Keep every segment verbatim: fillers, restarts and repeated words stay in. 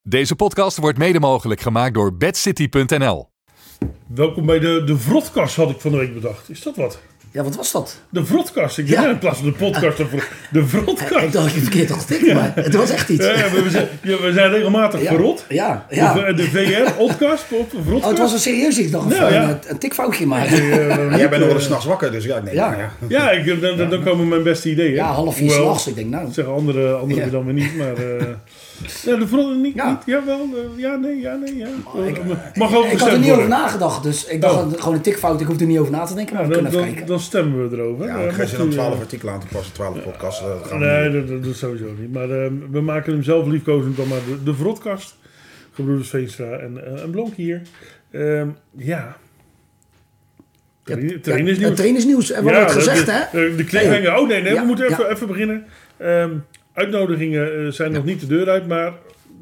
Deze podcast wordt mede mogelijk gemaakt door bedcity punt n l. Welkom bij de, de Vrotkast, had ik van de week bedacht. Is dat wat? Ja, wat was dat? De Vrotkast. Ik Ja. ja. in plaats van de podcast, de, vro- de Vrotkast. Ik dacht dat je het verkeerd had getikt, maar het was echt iets. Ja, ja, we, zijn, ja, we zijn regelmatig Ja. verrot. Ja, ja. De, de V R, podcast, op de Vrotkast. Oh, het was een serieus. Ik dacht Nou, van ja. een, een tikfoutje maar. Uh, Jij bent nog wel eens 's nachts wakker, dus ja, ik denk, Ja. nou ja. Ja, ik, dan, dan, dan komen mijn beste ideeën. Ja, half vier Hoewel, s'nachts. Ik denk nou. Dat zeggen andere, andere Ja. dan weer niet, maar... Uh, ja, de Vrot niet, Ja. niet. Jawel, uh, ja, nee, ja, nee, ja. Ik, Mag ook ik had er niet over nagedacht, dus ik dacht Oh. gewoon een tikfout. Ik hoefde er niet over na te denken, maar Ja, we dan, kunnen even dan, kijken. dan stemmen we erover. Ja, Uh, ik ga mocht je dan u, uh, twaalf artikelen aan te passen, twaalf podcasts. Dat gaan we Nee, niet dat, dat, dat sowieso niet. Maar uh, we maken hem zelf liefkozend dan maar de, de Vrotkast. Gebroeders Veenstra en, uh, en Blonk hier. Uh, ja. Train- Trainersnieuws. Ja, het trainersnieuws. Hebben we Ja, al gezegd, de, hè? de, de cliffhanger. Oh nee, nee Ja, we moeten even, ja. even beginnen. Um, uitnodigingen uh, zijn nog niet de deur uit, maar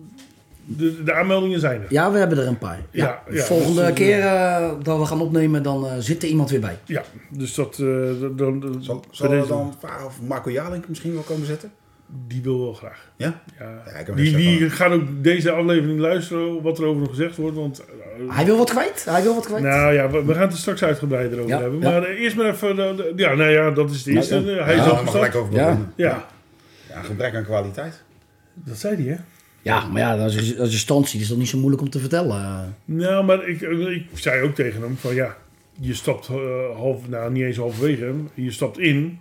de, de aanmeldingen zijn er. Ja, we hebben er een paar. Ja. Ja, ja, Volgende dus, uh, keer uh, dat we gaan opnemen, dan uh, zit er iemand weer bij. Ja, dus dat... Uh, dan, dan, Zal, bij zal we deze- dan vragen of Marco Jalink misschien wel komen zetten? Die wil wel graag. Ja? Ja. Ja, ik heb die niks die ervan. gaan ook deze aflevering luisteren, wat er over nog gezegd wordt. Want, uh, Hij wil wat kwijt. Hij wil wat kwijt. nou ja, we, we gaan het er straks uitgebreider over Ja, hebben. ja. Maar uh, eerst maar even... Uh, de- ja, nou ja, dat is de eerste. Ja, ja. Uh, hij Ja, is daar mag opgestapt. gelijk over Ja. beginnen. Ja, Ja, gebrek aan kwaliteit. dat zei hij, hè? Ja, maar ja, als je, als je stand ziet, is dat niet zo moeilijk om te vertellen. Nou, maar ik, ik zei ook tegen hem van ja, je stapt uh, half, nou niet eens halverwege, je stapt in.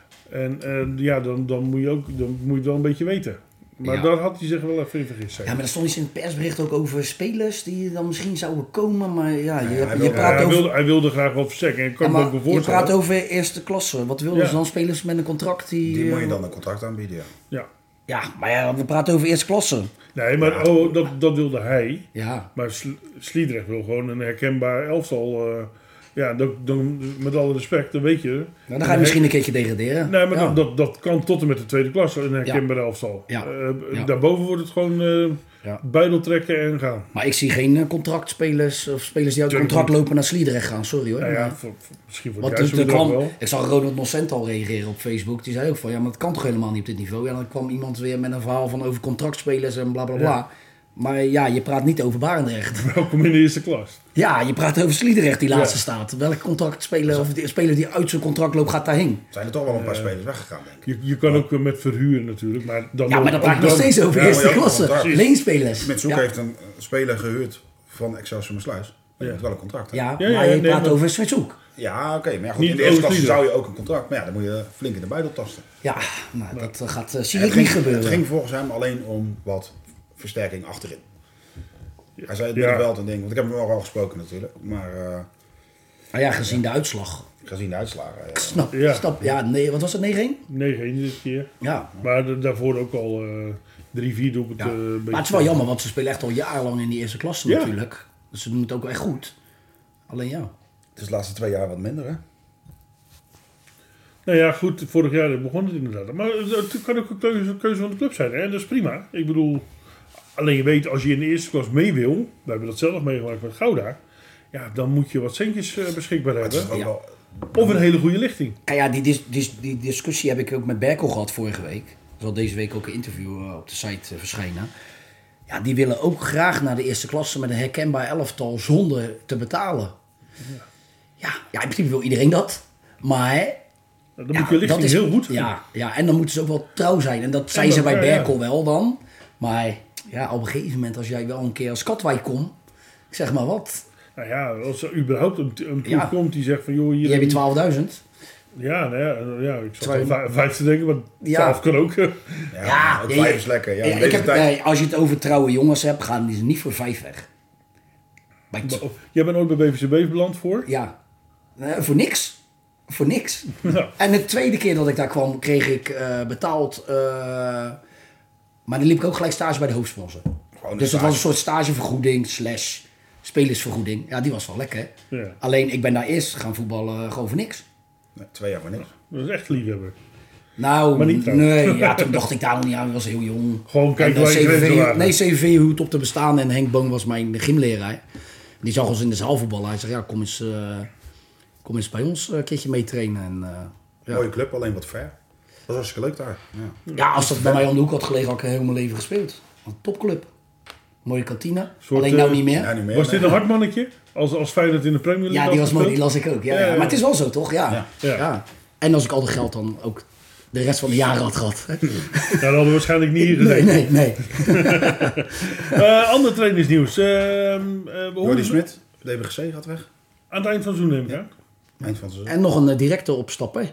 En uh, ja, dan, dan, moet je ook, dan moet je het wel een beetje weten. Maar Ja. daar had hij zich wel even in vergist. Zei. Ja, maar er stond iets in het persbericht ook over spelers die dan misschien zouden komen. Maar ja, je, hij je wil- Ja, praat hij, over... wilde, hij wilde graag wel versterken. En ik kan Ja, me maar ook wel je voorstellen. praat over eerste klasse. Wat wilden Ja. ze dan? Spelers met een contract die... Die moet je eh, dan een contract aanbieden, ja. Ja. Ja, maar ja, we praten over eerste klasse. Nee, maar Ja. oh, dat, dat wilde hij. Ja, Maar Sl- Sliedrecht wil gewoon een herkenbaar elftal. Uh, ja, dan, dan, met alle respect, dan weet je. nou, dan ga je misschien een keertje degraderen. Nee, maar ja. dat, dat, dat kan tot en met de tweede klasse, een herkenbaar elftal. Ja. Uh, Ja. Daarboven wordt het gewoon uh, Ja. buidel trekken en gaan. Maar ik zie geen eh, contractspelers of spelers die uit Tuurlijk contract niet. lopen naar Sliedrecht gaan. Sorry hoor. Nou ja, Maar- voor, voor- misschien voor Want het juiste er bedrag kwam, wel. ik zag Ronald Nocent al reageren op Facebook. Die zei ook van, ja, maar dat kan toch helemaal niet op dit niveau. Ja, dan kwam iemand weer met een verhaal van over contractspelers en bla bla bla. Ja. Maar ja, je praat niet over Barendrecht. Welkom in de eerste klas. Ja, je praat over Sliedrecht die laatste Ja. staat. Welk contractspeler of de speler die uit zijn contract loopt gaat daarheen? Zijn er toch wel een paar spelers weggegaan, denk ik. Je, je kan ook uh, met verhuren natuurlijk. Maar dan Ja, maar dan praat ik ook nog steeds over Ja, eerste maar ja, klasse. contract. Leenspelers. Met Zoek ja. heeft een uh, speler gehuurd van Excelsior Maassluis. Maar je Ja. hebt wel een contract, hè? Ja, Ja, ja, maar je nee, praat maar- over Smitsoek. Ja, oké. maar ja, goed, Niet in de eerste klasse Oost-Lieder. zou je ook een contract... Maar ja, dan moet je flink in de buidel tasten. Ja, nou, dat eh, gaat uh, En zie het, ik niet ging, gebeuren. het ging volgens hem alleen om wat versterking achterin. Hij zei het Ja. middenveld en ding, want ik heb hem wel al gesproken natuurlijk. Maar uh, Maar ja, gezien de uitslag. gezien de uitslagen... uh, Snap, Ja. snap. Ja, nee, wat was het, negen één? negen één dit keer. Ja. Maar de- daarvoor ook al uh, drie vier doelpunten. Ja. uh, een Maar het is wel jammer, want ze spelen echt al jarenlang in die eerste klasse Ja. natuurlijk. Dus ze doen het ook wel echt goed. Alleen ja. het is de laatste twee jaar wat minder, hè? Nou ja, goed, vorig jaar begon het inderdaad. Maar het kan ook een keuze, keuze van de club zijn. Hè? Dat is prima. Ik bedoel, alleen je weet, als je in de eerste klas mee wil, we hebben dat zelf meegemaakt met Gouda, ja, dan moet je wat centjes uh, beschikbaar Maar het is hebben. ook Ja. wel... Of een hele goede lichting. Ja, ja die, dis, dis- die discussie heb ik ook met Berkel gehad vorige week. Er zal deze week ook een interview uh, op de site uh, verschijnen. Ja, die willen ook graag naar de eerste klasse met een herkenbaar elftal zonder te betalen. Ja, ja in principe wil iedereen dat. Maar Dan ja, moet je lichting dat is, heel goed. Ja, ja, en dan moeten ze ook wel trouw zijn. En dat zijn dat- ze bij ja, ja. Berkel wel dan. Maar ja, op een gegeven moment als jij wel een keer als Katwijk komt, ik zeg maar wat, Nou ja, als er überhaupt een, een ploeg Ja. komt die zegt van, joh, hier... hier heb je twaalfduizend. Ja, nou ja, ja, ik zat Terwijl aan je- vijf, vijf te denken, maar Ja. twaalf kan ook. Ja, Ja, ook ja, vijf ja. is lekker. Ja, Ja, in ik deze heb, tijd... nee, als je het over trouwe jongens hebt, gaan die ze niet voor vijf weg. Bij t- Jij bent ooit bij B V C B beland voor? ja, Eh, voor niks. Voor niks. Ja. En de tweede keer dat ik daar kwam, kreeg ik eh, betaald. eh, maar dan liep ik ook gelijk stage bij de hoofdsponsor. Gewoon een Dus dat stage. was een soort stagevergoeding slash spelersvergoeding. Ja, die was wel lekker. Ja. Alleen, ik ben daar eerst gaan voetballen gewoon voor niks. Nee, twee jaar voor niks. Dat is echt liefhebber. Nou, Maar niet trouwens. nee, ja, toen dacht ik daar nog niet aan. Ik was heel jong. Gewoon kijken En, waar eh, je grenzen C V V, lagen. nee, C V V hield op te bestaan en Henk Boon was mijn gymleraar. Die zag ons in de zaal voetballen. Hij zei, ja, kom eens, eh, kom eens bij ons een keertje mee trainen. En, eh, ja. Mooie club, alleen wat ver. Dat was hartstikke leuk daar. Ja. ja, als dat bij mij om de hoek had gelegen, had ik heel mijn leven gespeeld. Een topclub. Mooie kantine. Soort, Alleen nou uh, niet meer. Ja, niet meer. Was dit nee. een hardmannetje? Als, als Feyenoord in de Premier League Ja, die was mooi. afgespeeld? Die las ik ook. Ja, Ja, ja. ja. Maar het is wel zo, toch? Ja. Ja. Ja. Ja. En als ik al de geld dan ook de rest van de jaren had gehad. hè. Nou, dat hadden we waarschijnlijk niet hier Nee, gezeten. nee, nee. Uh, ander trainingsnieuws. Uh, uh, we Jordi hoorden Smit, D B G C, gaat weg. aan het eind van het seizoen neem ik aan. Eind van het seizoen. En nog een uh, directe opstap, hè.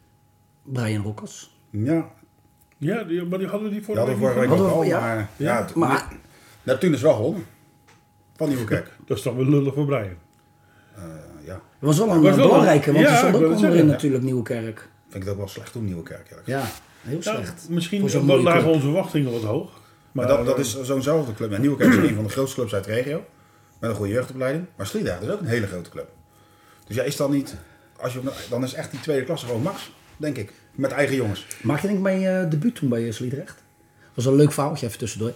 Brian Rokkers. Ja, Ja, die, maar die hadden we die die vorige hadden we week vorige niet week Hadden ook we- al. ja. Maar Ja. ja, toen- Maar nou, toen is wel gewonnen. Van Nieuwekerk. gehad. Dat is dan wel lullig voor Brian. Uh, ja, het was wel een Was uh, wel een- belangrijke, want ja, er stond ik ook wil het onderin zeggen, natuurlijk Nieuwekerk. vind ik het ook wel slecht toen Nieuwekerk. Ja. Ja, heel Nou, slecht. misschien Voor zo'n wat mooie lagen club. onze verwachtingen wat hoog. Maar Maar, dat, dat uh, is zo'nzelfde club. En Nieuwekerk is een van de grootste clubs uit de regio. Met een goede jeugdopleiding. Maar Sliedrecht is ook een hele grote club. Dus ja, is dan niet... Als je, op- dan is echt die tweede klasse gewoon max, denk ik. Met eigen jongens. Maakte denk ik mijn uh, debuut toen bij uh, Sliedrecht. Dat was een leuk verhaaltje even tussendoor.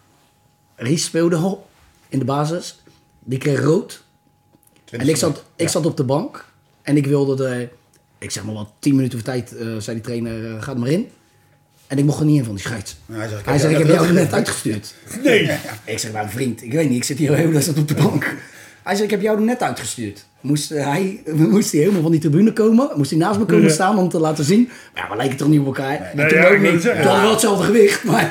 Ries speelde al in de basis. Die kreeg rood. En ik zat, ik zat op de bank. En ik wilde de... Ik zeg maar wat, tien minuten voor tijd, uh, zei die trainer, uh, ga er maar in. En ik mocht er niet in van die scheids. Ja, hij zegt, Hij zei, ik heb jou er net uitgestuurd. nee, Ik zeg, maar vriend, ik weet niet, ik zit hier heel de op de bank. Hij zei, ik heb jou er net uitgestuurd. Moest, uh, hij, moest hij helemaal van die tribune komen, moest hij naast me komen Ja. staan om te laten zien. Maar ja, we lijken toch niet op elkaar. En Nee, toen ja, ook ik wil niet. het zeggen. Toen hadden we wel hetzelfde gewicht, maar...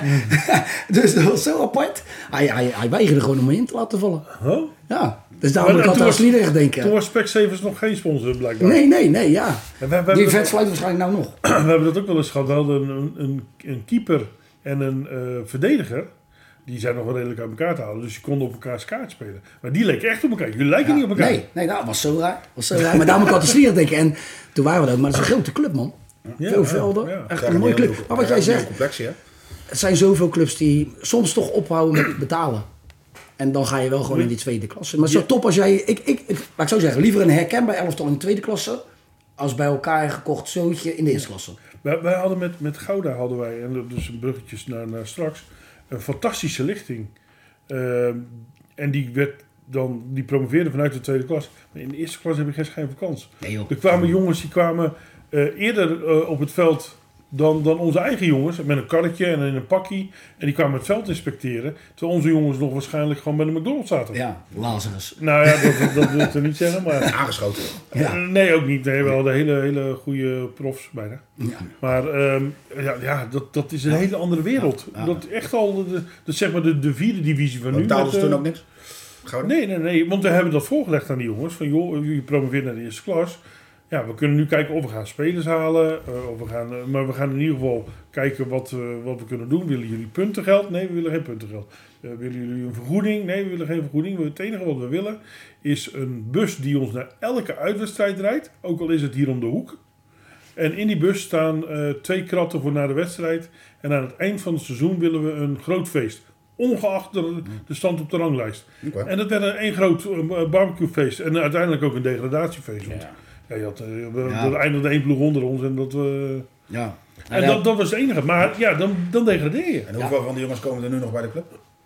dus dat was zo apart. Hij, hij, hij weigerde gewoon om me in te laten vallen. huh? Ja, dus daarom Maar moet ik toen altijd aan was- Sliedrecht denken. Toen was Specsavers nog geen sponsor blijkbaar. Nee, nee, nee, ja. En we, we, Die hebben vet dat, fluit waarschijnlijk nou nog. we hebben dat ook wel eens gehad. We hadden een, een, een keeper en een uh, verdediger. Die zijn nog wel redelijk uit elkaar te halen. Dus je kon op elkaars kaart spelen. Maar die leken echt op elkaar. Jullie lijken niet op elkaar. Nee, nee, dat was zo raar. Was zo raar. Maar daarom moet ik altijd Sliedrecht denken. En toen waren we er ook. Maar het is een grote club, man. Ja, Veel ja, velden. ja. Echt een mooie club. Maar wat jij zegt, Complexie, hè? het zijn zoveel clubs die soms toch ophouden met betalen. En dan ga je wel gewoon in die tweede klasse. Maar het is zo top als jij... Ik, ik, ik, laat ik zo zeggen, liever een herkenbaar elftal in de tweede klasse... als bij elkaar gekocht zootje in de eerste klasse. Wij, wij hadden met, met Gouda hadden wij, en dat dus een bruggetjes naar, naar straks, een fantastische lichting. Uh, en die werd dan, die promoveerde vanuit de tweede klas. Maar in de eerste klas heb ik geen schijn van kans. Nee, joh. Er kwamen jongens die kwamen uh, eerder uh, op het veld dan, dan onze eigen jongens. Met een karretje en in een pakkie. En die kwamen het veld inspecteren. Terwijl onze jongens nog waarschijnlijk gewoon bij de McDonald's zaten. Ja, Lazarus. Nou ja, dat, dat wil ik er niet zeggen. Maar, Aangeschoten. Ja. Uh, nee, ook niet. Nee, we hadden hele, hele goede profs bijna. Ja. Maar um, ja, ja dat, dat is een hele andere wereld. Ja. Ja. Dat echt al de, de, zeg maar de, de vierde divisie van Maar nu. betaalden ze met, toen uh, ook niks? Gouda? Nee, nee, nee. Want we hebben dat voorgelegd aan die jongens. Van joh, je promoveert naar de eerste klas. Ja, we kunnen nu kijken of we gaan spelers halen. Uh, of we gaan, uh, maar we gaan in ieder geval kijken wat, uh, wat we kunnen doen. Willen jullie puntengeld? Nee, we willen geen puntengeld. Uh, willen jullie een vergoeding? Nee, we willen geen vergoeding. Het enige wat we willen is een bus die ons naar elke uitwedstrijd rijdt. Ook al is het hier om de hoek. En in die bus staan uh, twee kratten voor na de wedstrijd. En aan het eind van het seizoen willen we een groot feest. Ongeacht de, de stand op de ranglijst. Okay. En dat werd een één groot uh, barbecuefeest. En uiteindelijk ook een degradatiefeest. Want, Ja. ja, je had, uh, we, Ja. er eindigde één ploeg onder ons. En, dat, uh, Ja. en ja. dat, dat was het enige. Maar ja, dan, dan degradeer je. En hoeveel van die jongens komen er nu nog bij de club?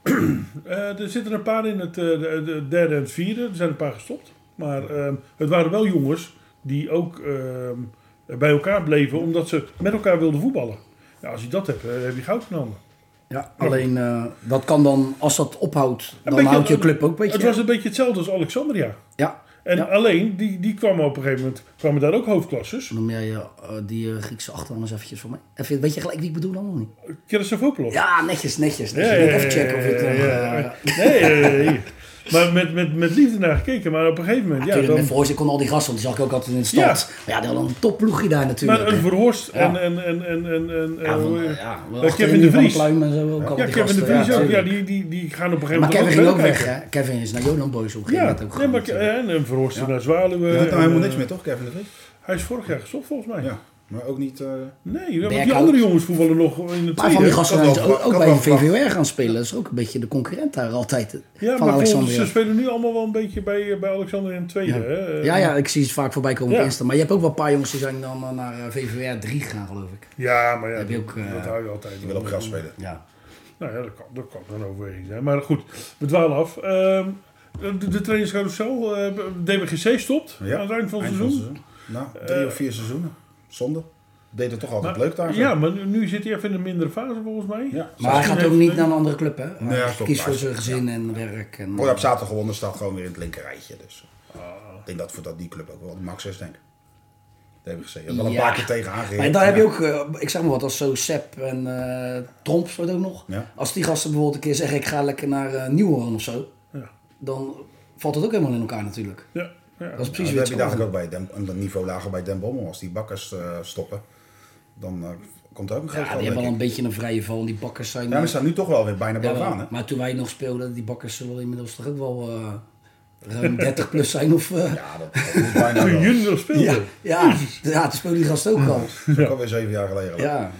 Uh, er zitten een paar in het uh, de, de derde en het vierde. Er zijn een paar gestopt. Maar uh, het waren wel jongens die ook uh, bij elkaar bleven. Omdat ze met elkaar wilden voetballen. Ja, als je dat hebt, uh, heb je goud in handen. Ja, alleen uh, dat kan dan, als dat ophoudt, dan beetje- houdt je club ook een beetje... Het was een beetje hetzelfde als Alexandria. Ja, En Ja. alleen, die, die kwamen op een gegeven moment, kwamen daar ook hoofdklasses. noem jij uh, die uh, Griekse achternaam eens eventjes voor mij. Even, weet je gelijk wie ik bedoel dan of niet? Kerasavopoulos. Ja, netjes, netjes. Ja, netjes. ja, Ik ja, even checken of het... ja, nog, ja, uh, ja. Nee, nee, nee. Maar met, met, met liefde naar gekeken. Maar op een gegeven moment, ja, Natuurlijk, dan, met Voorst, ik kon al die gasten, want die zag ik ook altijd in de stad. Ja. Maar ja, die hadden een topploegje daar natuurlijk. maar een Verhorst Ja. en, en, en, en, en, en ja, uh, van, hoe- uh, ja, uh, wel Kevin de Van Vries. Pluim en zo ook al Ja, die Kevin de gasten. Vries ook. Ja, tuurlijk. die, die, die gaan op een gegeven Maar moment Kevin ook ging ook verder weg, kijken. hè? Kevin is naar Jonan Boys op een gegeven Ja, moment ook nee, maar, gegaan natuurlijk. en een Verhorst Ja. naar Zwaluwe. Je had nou en, helemaal uh, niks meer, toch, Kevin de Vries? Hij is vorig jaar gestopt volgens mij. Ja, maar ook niet... Uh... Nee, want die Berghout. andere jongens voetballen nog in de Een paar tweede. van die gasten kan zijn wel- ook, ook kan bij wel de V V R gaan spelen. Dat is ook een beetje de concurrent daar altijd. Ja, van maar volgens, Alexandria. ze spelen nu allemaal wel een beetje bij, bij Alexander in de tweede. Ja. Hè? Ja, ja, ik zie het vaak voorbij komen Ja. op Insta. Maar je hebt ook wel een paar jongens die zijn dan uh, naar uh, V V R drie gegaan, geloof ik. Ja, maar ja, Heb je dat, ook, uh, dat hou je altijd. Die wil op gras spelen. Ja. Nou ja, dat kan, dat kan dan overweging zijn. Maar goed, we dwalen af. Ehm, de, de trainingscarousel, uh, D B G C stopt Ja, aan het eind van het eind van seizoen. Nou, drie Uh, of vier seizoenen. Zonde. deed het toch altijd Maar, leuk daar. Zo. ja, maar nu, nu zit hij even in een mindere fase volgens mij. Ja. Maar hij gaat ook niet naar een andere club, hè? Nee, hij stopt kiest voor thuis. zijn gezin en werk. En, Mooi op zaterdag gewonnen, staat gewoon weer in het linkerrijtje. Dus ik denk dat voor dat die club ook wel de max is, denk ik. Dat hebben we gezien. Je hebt wel een Ja. paar keer tegen aangegeven. Maar daar heb je ook, uh, ik zeg maar wat, als zo Sepp en uh, Tromps, wat ook nog. Ja. Als die gasten bijvoorbeeld een keer zeggen, ik ga lekker naar uh, Nieuwhoorn of zo. Ja. Dan valt het ook helemaal in elkaar natuurlijk. Ja, ja. Dat is Ja, precies dat wat heb je je dadelijk ook bij Den, een niveau lager bij Den Bommel. Als die bakkers uh, stoppen, dan uh, komt er ook een groot Ja, gat, die hebben denk al een ik. beetje een vrije val. Die bakkers zijn... Ja, maar ze staan nu toch wel weer bijna Ja, bovenaan, hè? maar toen wij nog speelden, die bakkers zullen inmiddels toch ook wel uh, ruim dertig plus zijn of... Uh, Ja, dat, dat moet bijna Toen wel. jullie nog speelden. ja, ja, ja, toen speelde die gast ook al. Dat is ook alweer zeven jaar geleden. Ja.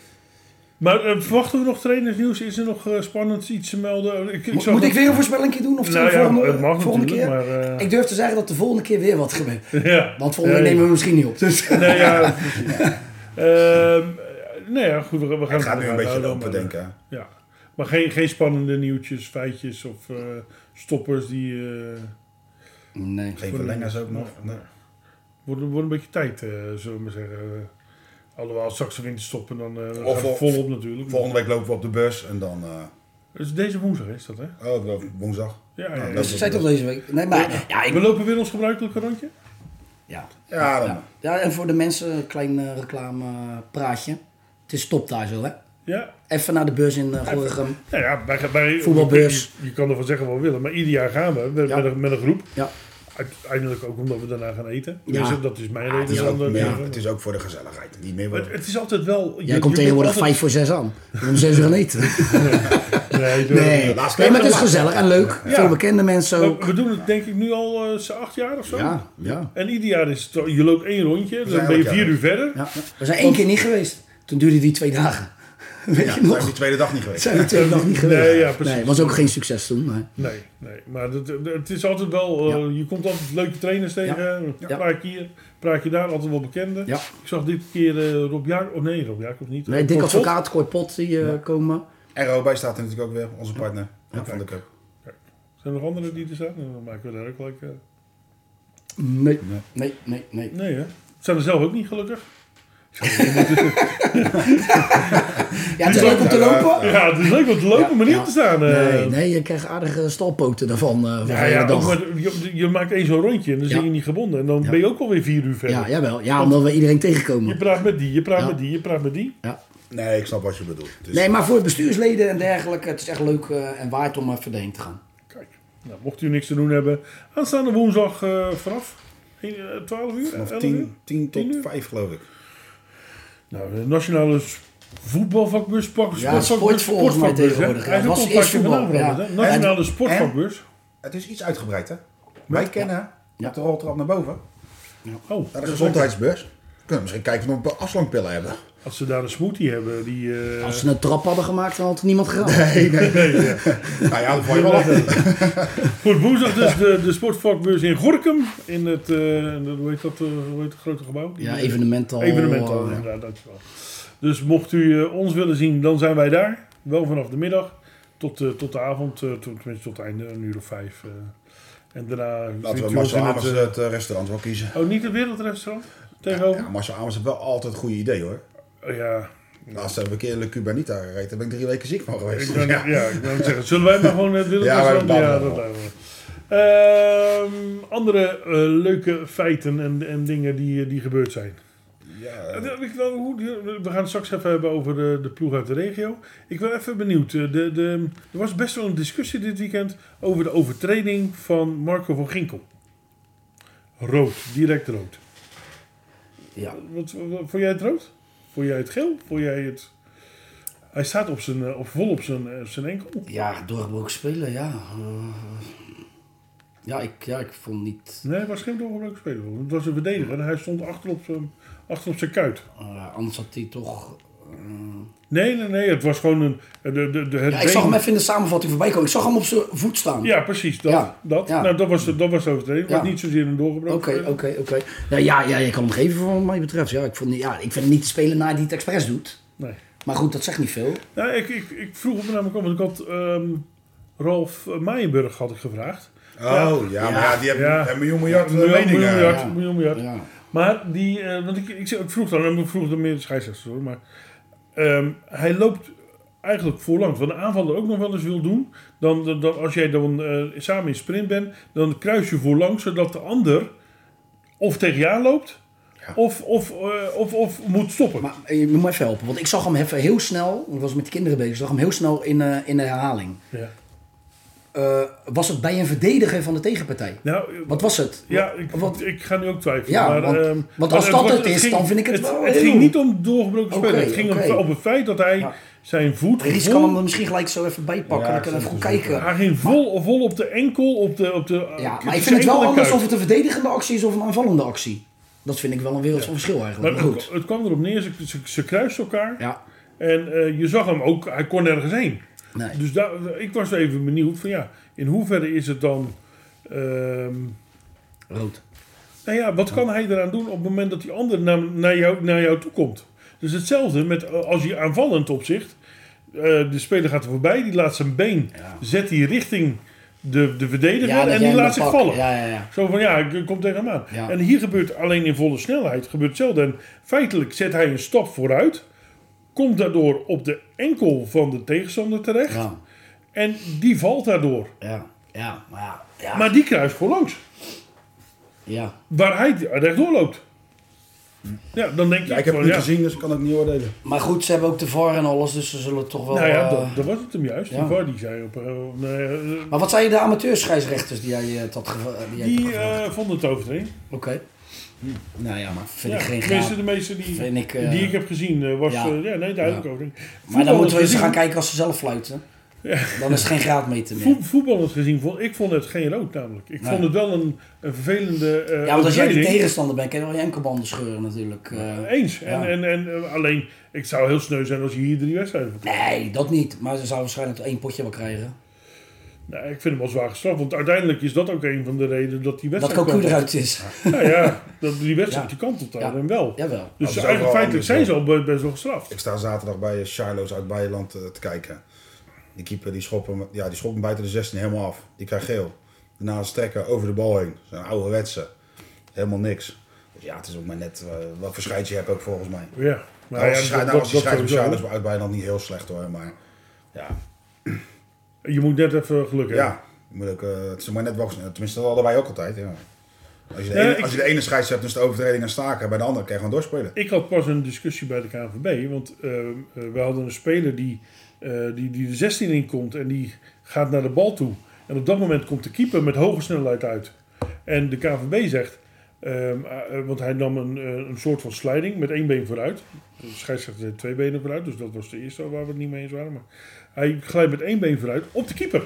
Maar uh, verwachten we nog trainersnieuws? Is er nog uh, spannend iets te melden? Ik, ik Mo- zag Moet dat- ik weer een voorspelling doen? Of Nou de ja, volgende, het mag volgende keer? natuurlijk, maar... uh, Ik durf te zeggen dat de volgende keer weer wat gebeurt. ja. Want volgende Nee. week nemen we misschien niet op. Dus. Nee, ja. precies. Ehm, nee, ja, goed, we, we gaan Het gaat nu een beetje houden, lopen, maar, denk ik. hè. Ja. Maar geen, geen spannende nieuwtjes, feitjes of uh, stoppers die... Uh, Nee. Geen verlengers ook nog. Nee. wordt, wordt een beetje tijd, uh, zullen we maar zeggen. Uh, alhoewel, als straks de winter stoppen, dan uh, Of gaat het vol- volop natuurlijk. Volgende week lopen we op de bus en dan... Uh, Dus deze woensdag is dat, hè? oh, ik geloof woensdag. Ja, ja, Nou, ja. Dus ze zijn toch deze week? Nee, maar ja, ik, We lopen weer ons gebruikelijke rondje. ja. Ja, dan. Ja. ja, en voor de mensen een klein uh, reclamepraatje. Het is top daar zo, hè? Ja. Even naar de bus in uh, Gorinchem. Nou ja, bij, bij, Voetbalbeurs. Je, je kan ervan zeggen wat we willen, maar ieder jaar gaan we met, Ja. met, een, met een groep. Ja. Uiteindelijk ook omdat we daarna gaan eten. Ja. Dus dat is mijn Het reden. is, ook dan, meer, uh, het is ook voor de gezelligheid. Niet meer maar wat... het, het is altijd wel... je- Jij je komt tegenwoordig bent vijf voor zes aan. Om zes uur gaan eten. altijd- Nee, doe- Nee, laatst nee maar het is laatst. gezellig en leuk. Ja. Veel bekende mensen ook. Maar we doen het denk ik nu al uh, z'n acht jaar of zo. Ja, ja. En ieder jaar is het... Je loopt één rondje, dan zijn ben je elk vier jaar. uur verder. ja. We zijn één keer niet geweest. Toen duurde die twee dagen. Weet Ja, je we zijn nog? die tweede dag niet geweest. Zijn die twee dagen niet geweest. Nee, ja, precies. Nee, was ook geen succes toen. Maar... Nee, nee. Maar het, het is altijd wel... uh, Ja. Je komt altijd leuke trainers tegen. Ja. Praat je hier, praat je daar. Altijd wel bekende. Ja. Ik zag dit keer uh, Rob Jaak... Oh nee, Rob Jacobs niet. Nee, Uh, Dick Cor Pot. Advocaat, Kort Pot, die uh, komen. En Robij staat er natuurlijk ook weer, onze partner van de cup. Zijn er nog anderen die er staan? Dan maken we daar ook gelijk... Uh... Nee, nee, nee, nee. Nee, hè? Zijn er zelf ook niet gelukkig? Ja, het is leuk om te lopen. Ja, het is leuk om te lopen, Ja, maar niet ja. op te staan. uh. Nee, nee, je krijgt aardige stalpoten daarvan uh, van Ja, de hele ja, ook dag. maar je, je maakt één zo'n rondje en dan Ja. zit je niet gebonden. En dan Ja. ben je ook alweer vier uur verder. Ja, jawel. Ja, omdat we iedereen Je tegenkomen. praat met die, je praat Ja. met die, je praat met die. Ja. Nee, ik snap wat je bedoelt. Het is- Nee, maar voor bestuursleden en dergelijke, het is echt leuk uh, en waard om even heen te gaan. Kijk, nou, mocht u niks te doen hebben, aanstaande woensdag uh, vanaf uh, twaalf uur, Vanaf elf uur. tien, tien tot tien uur? vijf geloof ik. Nou, de nationale s- voetbalvakbeurs, pak, Ja, sport volgens mij tegenwoordig, ja. Hij is ook Het was al een paar eerst keer voetbal, gedaan, ja. Robert, hè? Nationale En- sportvakbeurs. Het is iets uitgebreid, hè? Wij kennen, hè? Ja. Op de roltrap naar boven. Oh, Naar dat de is gezondheidsbeurs. Kunnen we misschien kijken of we een afslankpillen hebben. leuk. Als ze daar een smoothie hebben, die... uh, Als ze een trap hadden gemaakt, dan had er niemand gegaan. Nee, nee. nee, ja. Nou ja, dat val je wel af. Goed, woensdag dus de, de sportvakbeurs in Gorinchem. In het, uh, hoe heet dat, uh, hoe heet het grote gebouw? Die- Ja, evenemental. Evenemental, uh, ja. inderdaad, dankjewel. Dus mocht u uh, ons willen zien, dan zijn wij daar. Wel vanaf de middag tot, uh, tot de avond, uh, tot, tenminste tot het einde, een uur of vijf. Uh. En daarna... Laten we vindt u ons Marcel in Amers het, uh, het eh, restaurant wel kiezen. Oh, niet het wereldrestaurant? Tegenover? Ja, Marcel Amers heeft wel altijd een goede idee, hoor. Oh, ja. Laatst hebben we een keer Le Cubanita gereden. Daar ben ik drie weken ziek van geweest. Ik ben, ja. ik wil zeggen, zullen wij maar gewoon het wereldrestaurant? Ja, wij Ja, bepalen dat wel. doen we. Ehm, andere uh, leuke feiten en, en dingen die, die gebeurd zijn. Ja, Uh, ik wil, hoe, we gaan het straks even hebben over de, de ploeg uit de regio. Ik ben even benieuwd. uh, De, de, er was best wel een discussie dit weekend over de overtreding van Marco van Ginkel. Rood, direct rood. Ja. Wat, wat, vond jij het rood? Vond jij het geel? Vond jij het... Hij staat op zijn, uh, op, vol op zijn, uh, zijn enkel. Ja, doorgebroken spelen, ja. Uh, ja, ik, ja, ik vond niet... Nee, het was geen doorgebroken speler. Het was een verdediger en hij stond achter op zijn, achter op zijn kuit. Uh, anders had hij toch... Uh... Nee, nee, nee. Het was gewoon een... De, de, de, het Ja, ik zag been- hem even in de samenvatting voorbij komen. Ik zag hem op zijn voet staan. Ja, precies. Dat, Ja, dat. ja. Nou, dat was de, dat was de overtreding. Het Ja. was niet zozeer een doorgebroken Oké, speler. oké, oké. Ja, ja, ja, je kan hem geven wat mij betreft. Ja, ik, vond, niet- ja, ik vind niet de speler naar die het expres doet. Nee. Maar goed, dat zegt niet veel. Nou, ik, ik, ik vroeg op me namelijk om, want ik had ehm Ralf Meijenburg had ik gevraagd. Oh, ja, maar ja, die hebben Ja. een miljoen miljard eh, Miljoen, meningen. miljoen miljard, Ja. miljoen miljard. Ja. Maar die, uh, want ik, ik, ik vroeg dan, ik vroeg dan meer de scheidsrechter hoor, maar um, hij loopt eigenlijk voorlangs. Wat een aanvaller ook nog wel eens wil doen, dan, dan, dan als jij dan uh, samen in sprint bent, dan kruis je voorlangs, zodat de ander of tegen je aan loopt, ja. of, of, uh, of, of moet stoppen. Maar je moet me even helpen, want ik zag hem even heel snel, ik was met de kinderen bezig, ik zag hem heel snel in, uh, in de herhaling. Ja. Uh, was het bij een verdediger van de tegenpartij? Nou, wat was het? Ja, ik, wat, ik ga nu ook twijfelen. Ja, maar, want, um, want als maar dat het, het is, het ging, dan vind ik het, het wel... Het heel... ging niet om doorgebroken spelen. Okay, het ging okay. om, op het feit dat hij ja. zijn voet... Ries kan hem er misschien gelijk zo even bijpakken. Ja, dan kunnen we even goed kijken. Hij ging vol, maar, vol op de enkel, op de... Op de ja, maar ik vind het wel anders of het een verdedigende actie is of een aanvallende actie. Dat vind ik wel een wereld van ja. verschil eigenlijk. Maar, maar goed. Het, het kwam erop neer, ze, ze, ze kruisten elkaar. Ja. En uh, je zag hem ook, hij kon nergens heen. Nee. Dus daar, ik was even benieuwd van ja, in hoeverre is het dan... Um, Rood. Nou ja, wat kan hij eraan doen op het moment dat die ander naar, naar, jou, naar jou toe komt? Dus hetzelfde met als je aanvallend opzicht, uh, de speler gaat er voorbij, die laat zijn been, ja. zet hij richting de, de verdediger ja, en die laat zich pak. vallen. Ja, ja, ja. Zo van ja, ik kom tegen hem aan. Ja. En hier gebeurt alleen in volle snelheid, gebeurt hetzelfde. En feitelijk zet hij een stap vooruit, komt daardoor op de enkel van de tegenstander terecht ja. en die valt daardoor. Ja, ja, maar ja. ja. Maar die kruist voorlangs. Ja. Waar hij rechtdoor loopt. Ja, dan denk je ja, ik heb van, het niet ja. gezien, dus ik kan het niet oordelen. Maar goed, ze hebben ook de V A R en alles, dus ze zullen toch wel... Nou ja, uh... dat, dat was het hem juist. Ja. Die V A R die zei op... Uh, uh, maar wat zeiden de amateurscheidsrechters die jij uh, had gevraagd? Die, die uh, vonden het overtreding. Oké. Okay. Hm. Nou ja, maar vind ja, ik geen graad. De meeste die, ik, uh, die ik heb gezien uh, was... Ja. Uh, ja, nee, duidelijk ja. overtreding. Maar dan moeten we eens gaan kijken als ze zelf fluiten. Ja. Dan is het geen graadmeter meer. Voetballers gezien, vond, ik vond het geen rood namelijk. Ik nee. vond het wel een, een vervelende uh, ja, want als jij die tegenstander bent, kan je wel je enkelbanden scheuren natuurlijk. Uh, Eens. Ja. En, en, en uh, alleen, ik zou heel sneu zijn als je hier drie wedstrijden verkoopt. Nee, dat niet. Maar ze zouden waarschijnlijk één potje wel krijgen. Nee, ik vind hem wel zwaar gestraft. Want uiteindelijk is dat ook een van de redenen dat die wedstrijd... Dat Cocu eruit is. Nou ja, dat die wedstrijd ja. die kant op daar ja. en wel. Jawel. Dus nou, eigenlijk feitelijk zijn ze al best wel gestraft. Ik sta zaterdag bij Charlo's uit Bijland uh, te kijken. Die keeper die schopt hem, ja, die schopt hem buiten de zestien helemaal af. Die krijgt geel. Daarna strekken over de bal heen. Zo'n ouderwetse. Helemaal niks. Dus ja, het is ook maar net uh, wat voor scheid je hebt ook volgens mij. Ja. Maar nou, als je scheidt nou, bij Charlo's uit Bijland niet heel slecht hoor. Maar ja. Je moet net even geluk hebben. Ja. Je moet ook, uh, het is maar net wel, tenminste dat allebei ook altijd. Ja. Als je, de ene, ja, ik, als je de ene scheids hebt, dus de overtreding en staken. Bij de andere kan je gewoon doorspelen. Ik had pas een discussie bij de K N V B. Want uh, we hadden een speler die... Uh, die, die de zestien in komt en die gaat naar de bal toe. En op dat moment komt de keeper met hoge snelheid uit. En de K N V B zegt, uh, uh, want hij nam een, uh, een soort van sliding met één been vooruit. De scheidsrechter zei twee benen vooruit, dus dat was de eerste waar we het niet mee eens waren. Maar hij glijdt met één been vooruit op de keeper.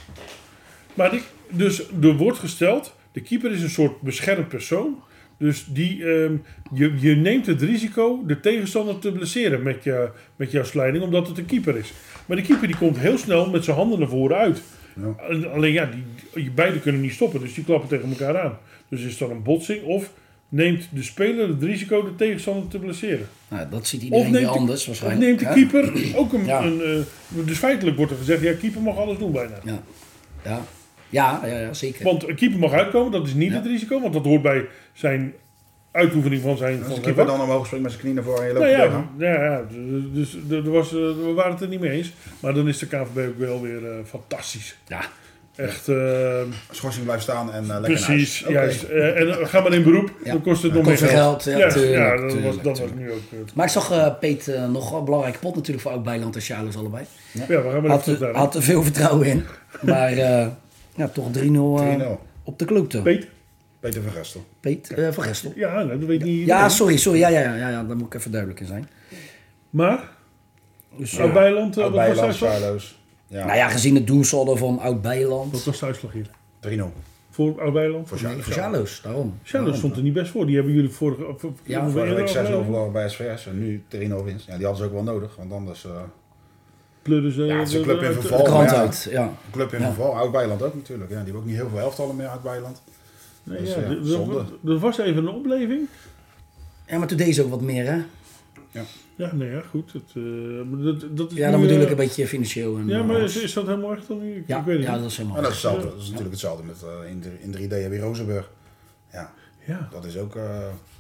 Maar die, dus er wordt gesteld, de keeper is een soort beschermd persoon. Dus die, um, je, je neemt het risico de tegenstander te blesseren met, je, met jouw slijding, omdat het een keeper is. Maar de keeper die komt heel snel met zijn handen naar voren uit. Ja. Alleen ja, die, die, beide kunnen niet stoppen, dus die klappen tegen elkaar aan. Dus is dat een botsing of neemt de speler het risico de tegenstander te blesseren. Nou, dat ziet iedereen weer anders waarschijnlijk. Of neemt de keeper ja. ook een... Ja. een uh, dus feitelijk wordt er gezegd, ja, keeper mag alles doen bijna. Ja, ja. Ja, ja, ja, zeker. Want een keeper mag uitkomen, dat is niet ja. het risico, want dat hoort bij zijn uitoefening van zijn... Als van de keeper dan omhoog springt met zijn knieën naar voren en je loopt nou ja, ja, ja, dus er was, we waren het er niet mee eens. Maar dan is de K N V B ook wel weer uh, fantastisch. Ja. Echt... Uh, schorsing blijft staan en uh, lekker precies, okay. juist. Uh, en uh, ga maar in beroep, ja. dan kost het ja, nog meer geld. geld. Ja, ja, tuurlijk, ja, dat, tuurlijk, was, dat tuurlijk. was nu ook... Uh, maar ik zag uh, Peet uh, nog een belangrijke pot natuurlijk voor Oud-Bijland en Charlo's allebei. Ja, ja we gaan maar had, er, had er veel vertrouwen in. Maar uh, ja, toch drie nul uh, op de klote. Peet? Peter van Gestel. Peet uh, van Gestel. Ja, nou, dat weet niet. Ja, sorry, sorry. Ja, ja, ja, ja, ja, daar moet ik even duidelijk in zijn. Maar? Dus, ja. Oud-Bijland, uh, Oud-Bijland, Charlo's. Ja. Nou ja, gezien het doelsaldo van Oud-Bijland. Wat was de uitslag hier? drie nul. Voor Oud-Bijland? Voor Charlo's, daarom. Charlo's stond er niet best voor. Die hebben jullie vorige, voor, ja, vorige week zes nul verloren bij S V S en nu drie nul winst. Ja, die hadden ze ook wel nodig, want anders... Uh... Pleuren ze... Ja, het is een club in verval. De krant ja, uit, ja. Een club in ja. verval. Oud-Bijland ook natuurlijk. Ja, die hebben ook niet heel veel elftallen meer uit Bijland. Nee, dus, ja, ja, de, zonde. Er was even een opleving. Ja, maar toen deed ze ook wat meer, hè? Ja. Ja, nee, ja, goed. Het, uh, dat, dat is ja, dan bedoel ik een beetje financieel. En ja, maar is, is dat helemaal echt dan nu? Ik, ja, ik weet het ja, niet. dat is helemaal ja, dat, is hetzelfde. dat is natuurlijk hetzelfde met uh, in, in drie D heb je Rozenburg. Ja, ja. Dat is ook... Uh,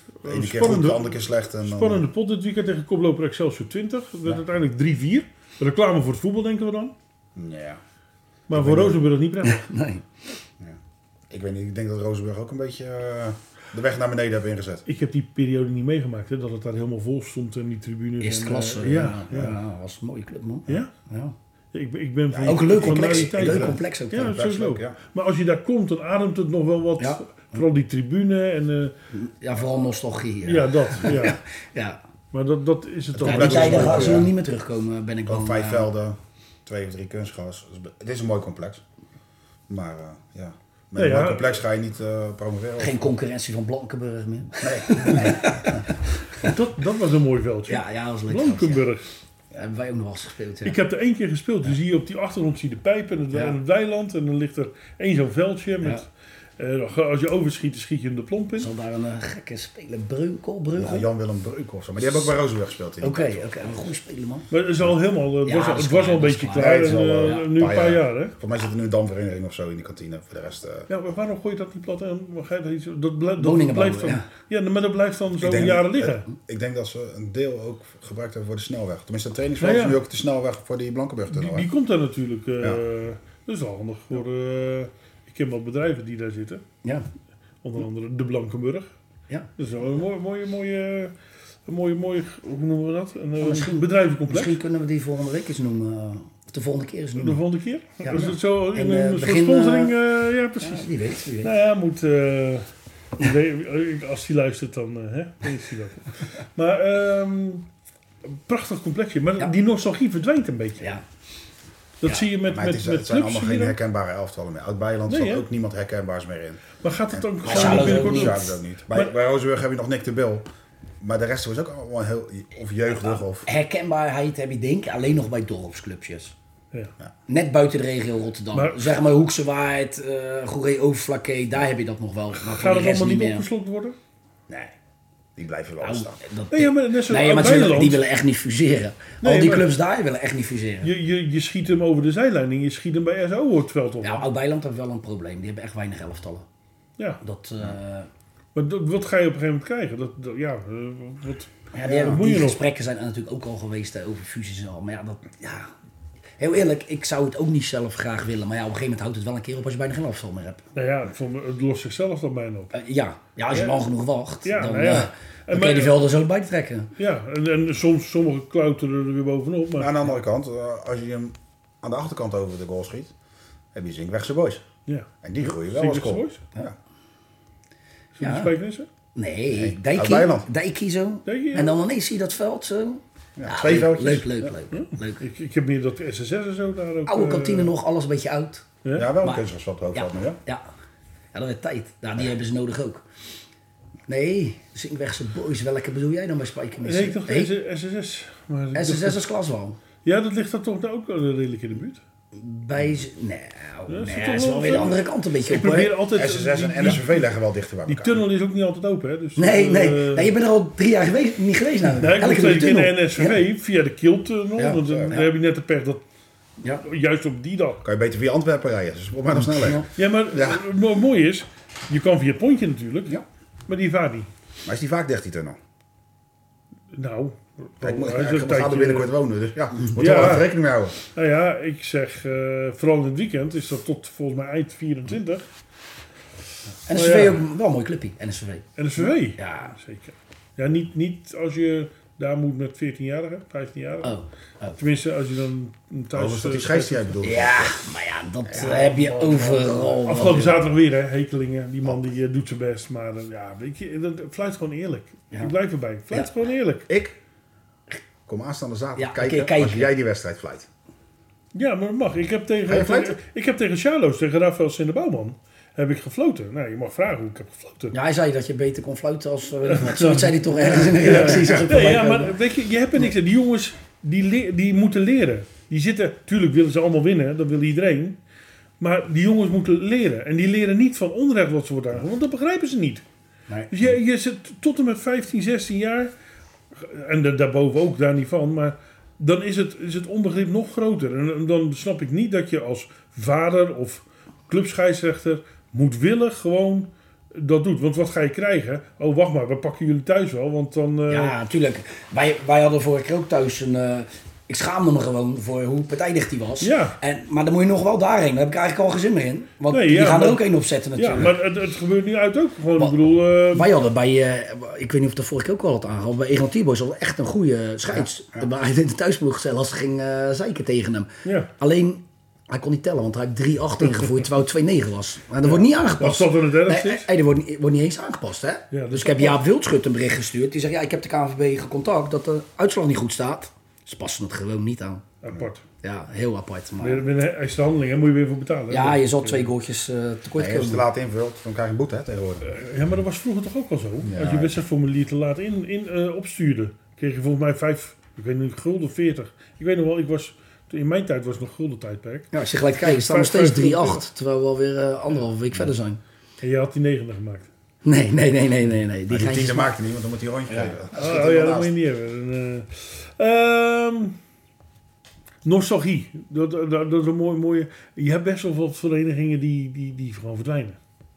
De ene keer goed, de andere keer slecht. En spannende dan, pot dit weekend tegen koploper Excelsior twintig. Dat werd Ja. uiteindelijk drie vier. Reclame voor het voetbal denken we dan. ja. Maar voor Rozenburg niet prettig. Nee. Ik weet niet, ik denk dat Rozenburg ook een beetje uh, de weg naar beneden heeft ingezet. Ik heb die periode niet meegemaakt. Hè, dat het daar helemaal vol stond en die tribunes. Eerste en, klasse. uh, ja, ja, ja. ja. was een mooie club, man. Ja? Ja. Ik, ben- ik ben van, Ook een leuk van na complex. die tijd, Leuk ja. complex ook. Ja, Ja. sowieso. Ja. Maar als je daar komt, dan ademt het nog wel wat. Ja. Vooral die tribune en uh, ja, vooral nostalgie. ja. dat. Ja. ja. Maar dat, dat is het dan. Ja, die complex is tijden mooi, gaan ze ja. nog niet meer terugkomen, ben ik Gewoon wel. vijf eh, velden, twee of drie kunstgras. Dus het is een mooi complex. Maar uh, ja, met Ja, een mooi ja. complex ga je niet uh, promoveren. Geen concurrentie van Blankenburg meer. Nee. Dat, dat was een mooi veldje. Ja, ja, dat was leuk. Blankenburg. Ja, hebben wij ook nog wel eens gespeeld. Ja. Ik heb er één keer gespeeld. Je zie je op die achtergrond zie je de pijp en het, Ja. en het weiland. En dan ligt er één zo'n veldje. Met, eh, als je overschiet, dan schiet je in de plomp in. Zal daar een uh, gekke speler, Breukel, Breukel? Ja, Jan-Willem Breuk of zo. Maar die hebben ook bij Rozenburg gespeeld. in die Oké, tijd. oké, een goede speler, man. Maar het is al helemaal, het Ja, was, al- dat is het was al een klaar, beetje dat is klaar. klaar. En, Ja, het is eh, al, uh, nu een paar jaar, hè? Volgens mij zit er nu een damvereniging of zo in die kantine. Voor de rest... Uh, Ja, maar waarom gooi je dat niet plat aan? Maar ga je dat, iets, dat, blij- dat Woningen blijft bouwen, dan, ja. maar dat blijft dan zo ik denk- jaren liggen. eh, ik denk dat ze een deel ook gebruikt hebben voor de snelweg. Tenminste, een trainingsveld Ja, ja. is nu ook de snelweg voor die Blankenburg Die, tunnel. die komt daar natuurlijk. eh, Ja. Dat is wel handig voor. eh, ik ken wat bedrijven die daar zitten. Ja, Onder andere de Blankenburg. ja. Dat is wel een mooie, mooie, mooie, een mooie, mooie, hoe noemen we dat? Een, eh, misschien- bedrijvencomplex. Misschien kunnen we die volgende week eens noemen. uh, Of de volgende keer eens De noemen. volgende keer? Ja. Is het zo in En, een eh, soort begin, sponsoring? eh, ja, precies. Ja, wie weet, wie weet. Nou ja, moet. eh, ik weet- als hij luistert, dan, eh, hè, dan is hij dat. Maar ehm, een prachtig complexje. Maar Ja. die nostalgie verdwijnt een beetje. Ja, Dat Ja. zie je met, Maar het, met, is, met het zijn clubs. allemaal hier geen dan. herkenbare elftallen meer. Oud-Bijland Nee, zat hè? ook niemand herkenbaars meer in. Maar gaat het dan Maar gewoon Charlotte binnenkort ook doen? niet. Ja, dat ook niet. Bij, Maar- bij Rozenburg heb je nog Nick de Bil. Maar de rest was ook allemaal heel... Of jeugdig of... herkenbaarheid heb je denk ik alleen nog bij dorpsclubjes. Ja. Net buiten de regio Rotterdam. Maar- zeg maar Hoekse Waard, uh, Goeree Overflakkee, daar heb je dat nog wel. Maar voor Gaat de het rest allemaal niet meer. opgeslokt worden? Nee. Die blijven wel Nou, staan. dat, Nee, ja, maar net zo nee, maar ze willen, Oud-Beiland. die willen echt niet fuseren. Nee, Al die maar- clubs daar willen echt niet fuseren. Je, je, je schiet hem over de zijlijn en je schiet hem bij S O het veld op. Ja, Oud-Beiland heeft wel een probleem. Die hebben echt weinig elftallen. Ja. Dat, uh, Maar dat, wat ga je op een gegeven moment krijgen? Dat, dat- ja, eh, wat, ja, die, hebben, moet die je nog? gesprekken zijn er natuurlijk ook al geweest hè, over fusies en al. Maar ja, dat, ja, heel eerlijk, ik zou het ook niet zelf graag willen. Maar ja, op een gegeven moment houdt het wel een keer op als je bijna geen elftal meer hebt. nou ja, van- het lost zichzelf dan bijna op. Uh, ja. ja, als je Ja. lang genoeg wacht, Ja, dan, nou ja. uh, En dan kun maar- je die velden zo bij trekken. Ja, en, en soms, sommige klauteren er weer bovenop. Maar Maar aan de andere kant, eh, als je hem aan de achterkant over de goal schiet, heb je Zinkwegse boys. ja. En die groeien wel Zie als je het goal. boys? Ja. Zullen we Ja. spreken eens? Nee, Nee, Dijkie, Oud-Beiland. Dijkie zo. Dijkie, ja. En dan ineens zie je dat veld zo. Ja, Ja, twee leuk, veldjes. leuk, leuk, leuk, leuk. Ik, ik heb meer dat S S S en zo daar ook. Oude eh, kantine nog, alles een beetje oud. Ja? Ja, wel een Maar- kunstgrasveld ook Ja, wat nu, ja. ja. ja, dat is tijd. Nou, die hebben ze nodig ook. Nee, Zinkwegse boys, welke bedoel jij dan bij Spijkenisse? Nee, ik dacht Nee, S S S. Maar ik S S S dacht- als klaswal. Ja, dat ligt dan toch ook wel redelijk in de buurt. Bij, z- nou, Ja, nee, is het dat toch is wel wel weer de zo? andere kant een beetje Ik op. hoor. probeer altijd... S S S en N S V V leggen wel dichter bij Die elkaar. tunnel is ook niet altijd open, hè? Dus, Nee, eh, nee, nee, je bent er al drie jaar geweest, niet geweest nou. Nee, ik moet Elke twee keer in tunnel. de N S V V via de Kieltunnel. Ja, want dan ja. dan heb je net de pech dat Ja. juist op die dag. Kan je beter via Antwerpen rijden. Dus volgens mij nog sneller. Ja. Ja, maar Ja. eh, mo- mooi is, je kan via het pontje natuurlijk, Ja. maar die vaart niet. Maar is die vaak dicht, die tunnel? Nou, Kijk, ik, hij moet- is ja, een ik ga er tijdje- binnenkort wonen, dus ja, moet Ja. er wel even rekening mee houden. Nou ja, ik zeg, eh, vooral in het weekend is dat tot volgens mij eind vierentwintig. En de Oh, S V V ja. ook wel een mooi clubje, N S V V. En de S V V. Ja. Zeker. Ja, niet, niet als je daar moet met veertienjarigen, vijftienjarigen. Oh, oh. Tenminste, als je dan thuis... Oh, was dat die eh, scheids die jij bedoelt? Ja, maar ja, dat eh, heb je overal. Afgelopen zaterdag weer, hè, Hekelingen. Die man die eh, doet zijn best. Maar eh, ja, weet je, dat fluit gewoon eerlijk. Ja. Ik blijf erbij. Fluit Ja. gewoon eerlijk. Ik kom aanstaande zaterdag Ja, kijken, oké, kijken. als jij die wedstrijd fluit. Ja, maar dat mag. Ik heb Ga je tegen, fluiten? tegen, ik heb tegen Charlo's, tegen Rafael de Bouwman, heb ik gefloten. Nou, je mag vragen hoe ik heb gefloten. Ja, hij zei dat je beter kon fluiten als... Uh, weet ik wat. Zoiets zei hij toch ergens in de reactie. zag ik Nee, voorbij ja, komen. maar weet je, je hebt er niks aan. Die jongens, die, le- die moeten leren. Die zitten, tuurlijk willen ze allemaal winnen, dat wil iedereen. Maar die jongens moeten leren. En die leren niet van onrecht wat ze wordt aangegeven, want dat begrijpen ze niet. Nee. Dus je, je zit tot en met vijftien, zestien jaar, en da- daarboven ook, daar niet van, maar dan is het, is het onbegrip nog groter. En dan snap ik niet dat je als vader of clubscheidsrechter moedwillig gewoon dat doet. Want wat ga je krijgen? Oh, wacht maar, we pakken jullie thuis wel, want dan... Uh... Ja, natuurlijk. Wij, wij hadden vorige keer ook thuis een... Uh, ik schaamde me gewoon voor hoe partijdig die was. Ja. En, maar dan moet je nog wel daarheen. Daar heb ik eigenlijk al geen zin meer in. Want nee, die ja, gaan maar, er ook één opzetten natuurlijk. Ja, maar het, het gebeurt nu uit ook. Gewoon, maar, ik bedoel... Uh... Wij hadden bij... Uh, ik weet niet of ik dat vorige keer ook al had aangehaald. Bij Egan Thierboys hadden we echt een goede scheids. Ja, ja. Bij de thuisploeg zelfs ging uh, zeiken tegen hem. Ja. Alleen... Hij kon niet tellen, want hij had drie acht ingevoerd terwijl het twee negen was. Maar dat ja. wordt niet aangepast. Wat dat er het ergste nee, is? Nee, dat wordt niet, wordt niet eens aangepast. Hè? Ja, dus ik heb Jaap Wildschut een bericht gestuurd. Die zegt, ja, ik heb de K N V B gecontact dat de uitslag niet goed staat. Ze passen het gewoon niet aan. Apart. Ja, heel apart. Maar... Binnen, binnen extra handeling, hè, moet je weer voor betalen. Ja, je zal twee goaltjes uh, tekort nee, komen. als je te laat invult, dan krijg je een boete hè, tegenwoordig. Uh, ja, maar dat was vroeger toch ook al zo? Ja. Als je wedstrijdformulier te laat in, in, uh, opstuurde, kreeg je volgens mij vijf, ik weet niet, gulden veertig. Ik weet nog wel, ik was... In mijn tijd was het nog gulden tijdperk. Ja, als je gelijk kijkt, staan nog steeds drie acht. Terwijl we alweer uh, anderhalve week ja. verder zijn. En je had die negende gemaakt? Nee, nee, nee, nee, nee. nee. Die, die tiende maakt hij niet, want dan moet hij rondje ja. geven. Oh, oh ja, dat moet je niet hebben. Uh, um, nostalgie. Dat, dat, dat is een mooie, mooie... Je hebt best wel wat verenigingen die, die, die gewoon verdwijnen.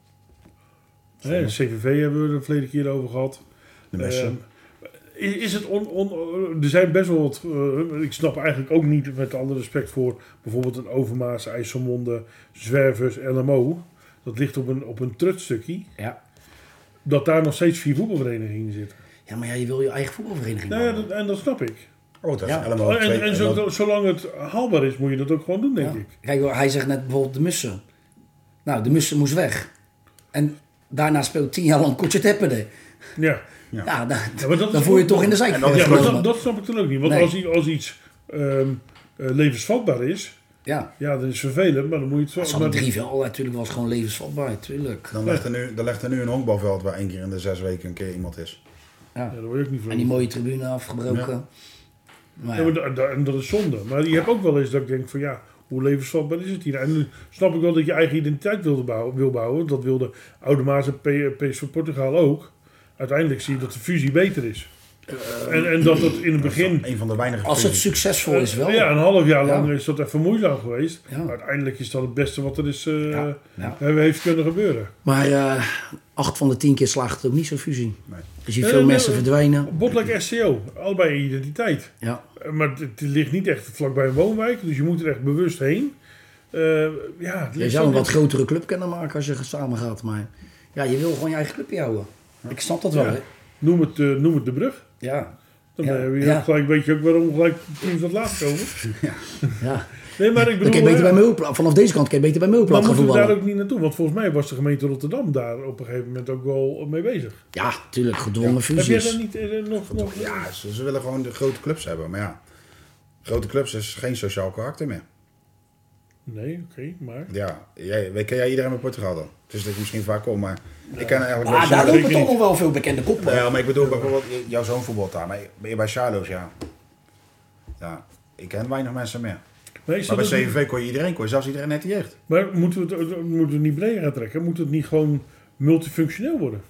Hè, C V V hebben we er de verleden keer over gehad. De messen. Um, Is, is het on, on, er zijn best wel wat... Uh, ik snap eigenlijk ook niet, met alle respect voor... bijvoorbeeld een Overmaas, IJsselmonde, Zwervers, L M O. Dat ligt op een, op een trutstukje. Ja. Dat daar nog steeds vier voetbalverenigingen zitten. Ja, maar ja, je wil je eigen voetbalvereniging nou ja, dat, en dat snap ik. Oh, dat is ja. L M O. En, en, en zo, zolang het haalbaar is, moet je dat ook gewoon doen, denk ja. ik. Kijk, hij zegt net bijvoorbeeld de Mussen. Nou, de Mussen moest weg. En daarna speelt tien jaar lang Kotje Teppede. Ja. Ja, ja, dan, ja maar dat dan voel je toch in de zijk. Ja, maar dat, dat snap ik dan ook niet. Want nee. als, als iets um, uh, levensvatbaar is, ja. ja, dat is vervelend, maar dan moet je het zo... Zal het drie wel natuurlijk was gewoon levensvatbaar, tuurlijk. Dan legt, er nu, dan legt er nu een honkbalveld waar één keer in de zes weken een keer iemand is. Ja, ja daar word je ook niet voor. En die mooie tribune afgebroken. Ja. Maar ja. Ja, maar da, da, en dat is zonde. Maar je hebt ook wel eens dat ik denk van ja, hoe levensvatbaar is het hier? En nu snap ik wel dat je eigen identiteit wilde bouwen, wil bouwen. Dat wilde Oude Maas en P S V Portugal ook. Uiteindelijk zie je dat de fusie beter is. Uh, en, en dat het in het begin... Een van de weinige als het succesvol is wel. Uh, ja, een half jaar lang ja. is dat even moeizaam geweest. Ja. Maar uiteindelijk is dat het beste wat er is, uh, ja. Ja. heeft kunnen gebeuren. Maar uh, acht van de tien keer slaagt het ook niet zo'n fusie. Nee. Je ziet veel uh, mensen uh, verdwijnen. Botlek S C O, allebei identiteit. Ja. Uh, maar het, het ligt niet echt vlakbij een woonwijk. Dus je moet er echt bewust heen. Uh, ja, het je zou een wat grotere club kunnen maken als je samen gaat. Maar ja, je wil gewoon je eigen clubje houden. Ik snap dat wel, ja. hè? Noem het, uh, noem het de brug. Ja. Dan ja. uh, je ja. gelijk, weet je ook waarom gelijk teams wat laat komen. Ja. ja. Nee, maar ik bedoel... Dan kan je beter bij Meulpla, vanaf deze kant kan je beter bij Meulpla gaan voetballen. Maar moeten we daar ook niet naartoe? Want volgens mij was de gemeente Rotterdam daar op een gegeven moment ook wel mee bezig. Ja, tuurlijk, gedwongen ja. fusies. Heb jij dan niet uh, nog... nog ja, ze, ze willen gewoon de grote clubs hebben. Maar ja, grote clubs is geen sociaal karakter meer. Nee, oké, okay, maar... Ja, jij, ken jij iedereen met Portugal dan? Dus dat ik misschien vaak kom, maar... Ja. Ik ken eigenlijk ah, daar lopen toch nog wel veel bekende koppen. Ja, maar ik bedoel bijvoorbeeld, jouw zoon voetbalt daar. Maar ben je bij Charlo's, ja... Ja, ik ken weinig mensen meer. Maar, maar bij C V V kon je iedereen, kon je zelfs iedereen net die jeugd. Maar moeten we het, moeten we het niet breder gaan trekken? Moet het niet gewoon multifunctioneel worden?